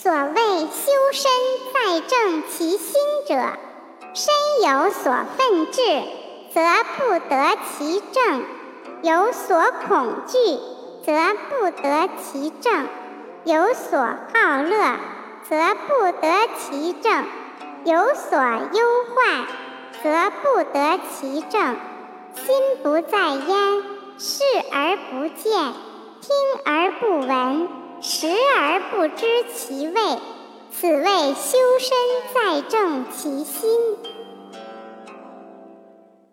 所谓修身在正其心者，身有所愤志，则不得其正；有所恐惧，则不得其正；有所好乐，则不得其正；有所忧患，则不得其正。心不在焉，视而不见，听而不闻，食而不知其味，此谓修身在正其心。